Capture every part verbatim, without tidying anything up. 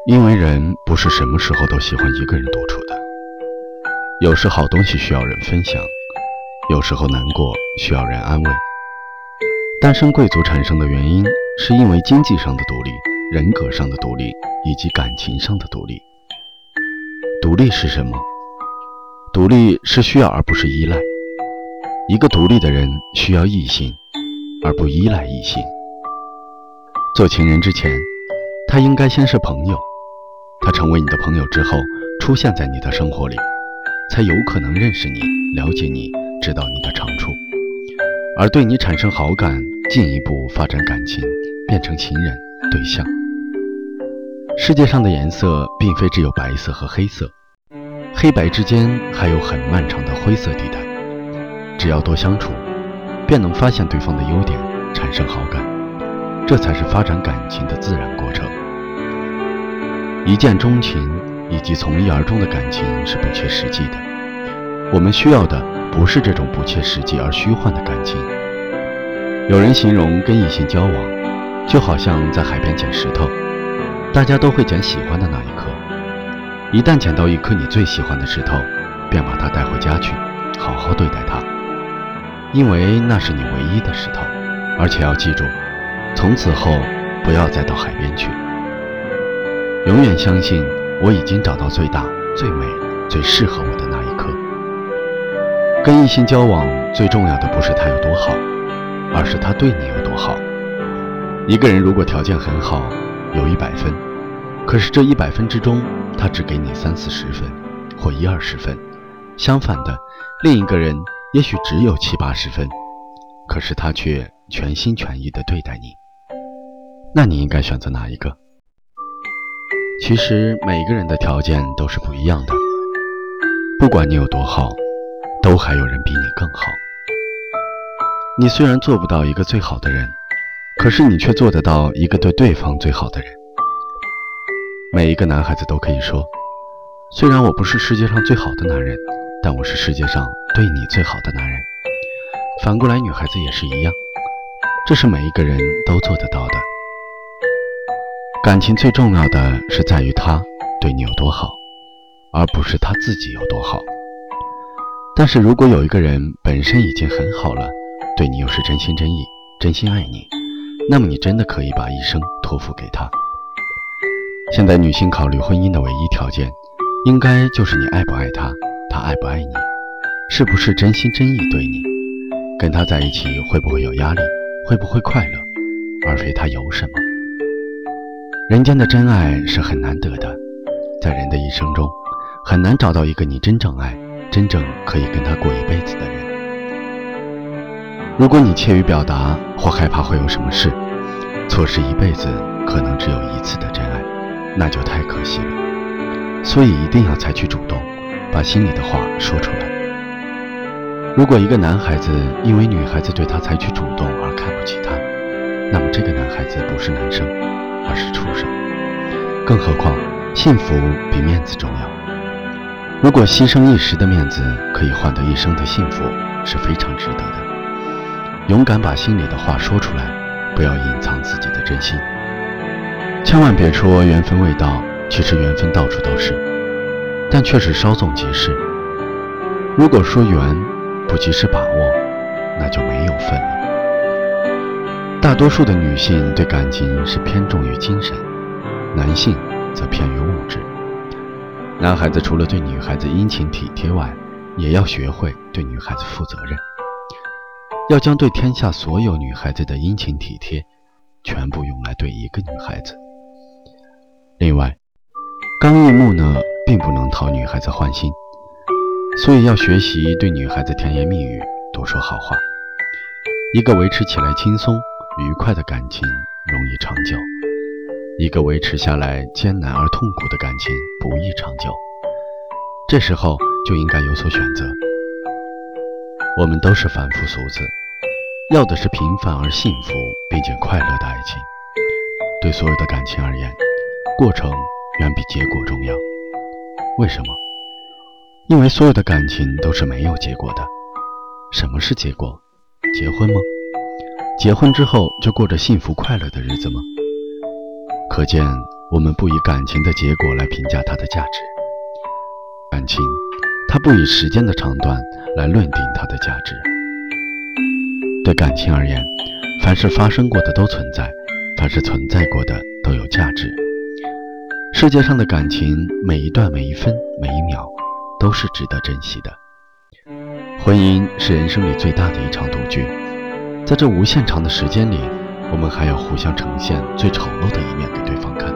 因为人不是什么时候都喜欢一个人独处的，有时好东西需要人分享，有时候难过需要人安慰。单身贵族产生的原因是因为经济上的独立、人格上的独立以及感情上的独立。独立是什么？独立是需要而不是依赖。一个独立的人需要异性，而不依赖异性。做情人之前，他应该先是朋友，他成为你的朋友之后，出现在你的生活里，才有可能认识你、了解你、知道你的长处，而对你产生好感，进一步发展感情，变成情人、对象。世界上的颜色并非只有白色和黑色，黑白之间还有很漫长的灰色地带。只要多相处，便能发现对方的优点，产生好感，这才是发展感情的自然过程。一见钟情以及从一而终的感情是不切实际的，我们需要的不是这种不切实际而虚幻的感情。有人形容跟异性交往，就好像在海边捡石头，大家都会捡喜欢的那一颗，一旦捡到一颗你最喜欢的石头，便把它带回家去，好好对待它，因为那是你唯一的石头。而且要记住，从此后不要再到海边去。永远相信我已经找到最大、最美、最适合我的那一颗。跟异性交往，最重要的不是他有多好，而是他对你有多好。一个人如果条件很好，有一百分，可是这一百分之中，他只给你三四十分，或一二十分。相反的，另一个人也许只有七八十分，可是他却全心全意地对待你。那你应该选择哪一个？其实每个人的条件都是不一样的，不管你有多好，都还有人比你更好。你虽然做不到一个最好的人，可是你却做得到一个对对方最好的人。每一个男孩子都可以说，虽然我不是世界上最好的男人，但我是世界上对你最好的男人。反过来，女孩子也是一样，这是每一个人都做得到的。感情最重要的是在于他对你有多好，而不是他自己有多好。但是如果有一个人本身已经很好了，对你又是真心真意、真心爱你，那么你真的可以把一生托付给他。现在女性考虑婚姻的唯一条件，应该就是你爱不爱他，他爱不爱你，是不是真心真意对你，跟他在一起会不会有压力，会不会快乐，而非他有什么。人间的真爱是很难得的，在人的一生中，很难找到一个你真正爱、真正可以跟他过一辈子的人。如果你怯于表达，或害怕会有什么事，错失一辈子可能只有一次的真爱，那就太可惜了。所以一定要采取主动，把心里的话说出来。如果一个男孩子因为女孩子对他采取主动而看不起他，那么这个男孩子不是男生，而是畜生。更何况幸福比面子重要，如果牺牲一时的面子可以换得一生的幸福，是非常值得的。勇敢把心里的话说出来，不要隐藏自己的真心。千万别说缘分未到，其实缘分到处都是，但却是稍纵即逝。如果说缘不及时把握，那就没有分了。大多数的女性对感情是偏重于精神，男性则偏于物质。男孩子除了对女孩子殷勤体贴外，也要学会对女孩子负责任，要将对天下所有女孩子的殷勤体贴全部用来对一个女孩子。另外，刚毅木讷并不能讨女孩子欢心，所以要学习对女孩子甜言蜜语，多说好话。一个维持起来轻松愉快的感情容易长久，一个维持下来艰难而痛苦的感情不易长久。这时候就应该有所选择。我们都是凡夫俗子，要的是平凡而幸福并且快乐的爱情。对所有的感情而言，过程远比结果重要。为什么？因为所有的感情都是没有结果的。什么是结果？结婚吗？结婚之后就过着幸福快乐的日子吗？可见我们不以感情的结果来评价它的价值。感情，它不以时间的长短来论定它的价值。对感情而言，凡是发生过的都存在，凡是存在过的都有价值。世界上的感情，每一段每一分每一秒都是值得珍惜的。婚姻是人生里最大的一场赌局，在这无限长的时间里，我们还要互相呈现最丑陋的一面给对方看。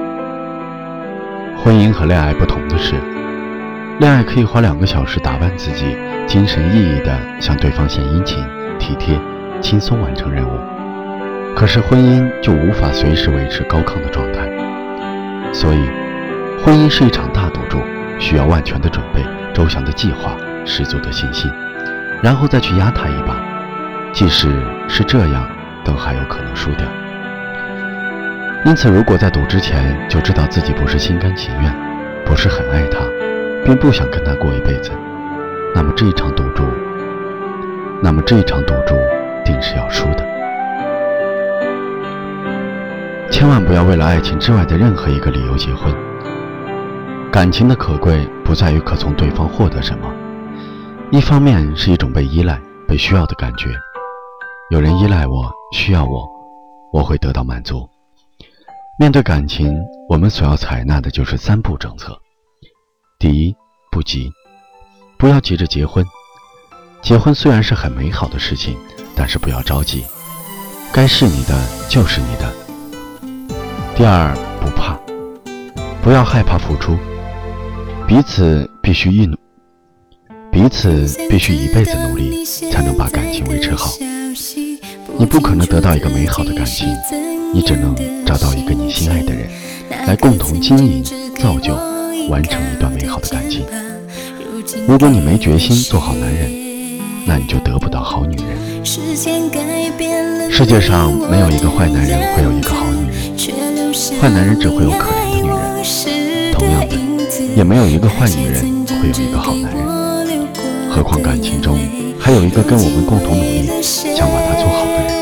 婚姻和恋爱不同的是，恋爱可以花两个小时打扮自己，精神奕奕地向对方献殷勤、体贴、轻松完成任务。可是婚姻就无法随时维持高亢的状态。所以，婚姻是一场大赌注，需要万全的准备、周详的计划、十足的信心，然后再去压它一把。即使是这样，都还有可能输掉。因此，如果在赌之前就知道自己不是心甘情愿，不是很爱他，并不想跟他过一辈子，那么这一场赌注，那么这一场赌注定是要输的。千万不要为了爱情之外的任何一个理由结婚。感情的可贵不在于可从对方获得什么，一方面是一种被依赖、被需要的感觉，有人依赖我、需要我，我会得到满足。面对感情，我们所要采纳的就是三步政策。第一，不急，不要急着结婚。结婚虽然是很美好的事情，但是不要着急，该是你的就是你的。第二，不怕，不要害怕付出，彼此必须一努，彼此必须一辈子努力，才能把感情维持好。你不可能得到一个美好的感情，你只能找到一个你心爱的人，来共同经营、造就、完成一段美好的感情。如果你没决心做好男人，那你就得不到好女人。世界上没有一个坏男人会有一个好女人，坏男人只会有可怜的女人，同样的，也没有一个坏女人会有一个好男人。何况感情中还有一个跟我们共同努力，想把它做好的人。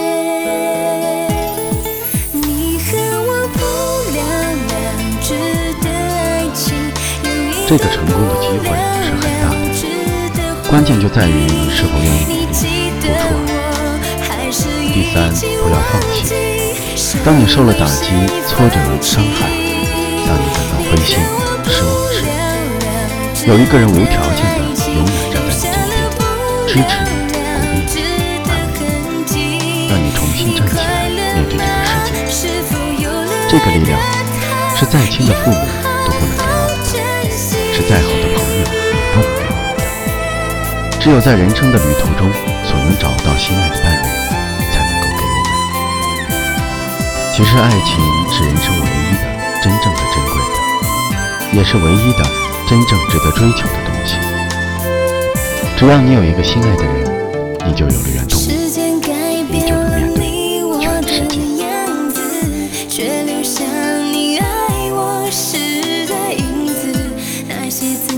这个成功的机会是很大的，关键就在于你是否愿意努力付出啊。第三，不要放弃。当你受了打击、挫折、伤害，当你感到灰心、失望时，有一个人无条件的永远站在你身边，支持你、鼓励你、安慰你，让你重新站起来面对这个世界。这个力量是再亲的父母都不能给你的，是再好的朋友也不能给你的。只有在人生的旅途中所能找到心爱的伴侣，才能够给我们。其实爱情是人生唯一的、真正的珍贵的，也是唯一的、真正值得追求的东西。只要你有一个心爱的人，你就有了原动力，你就能面对全世界。却留下你爱我时的影子，那些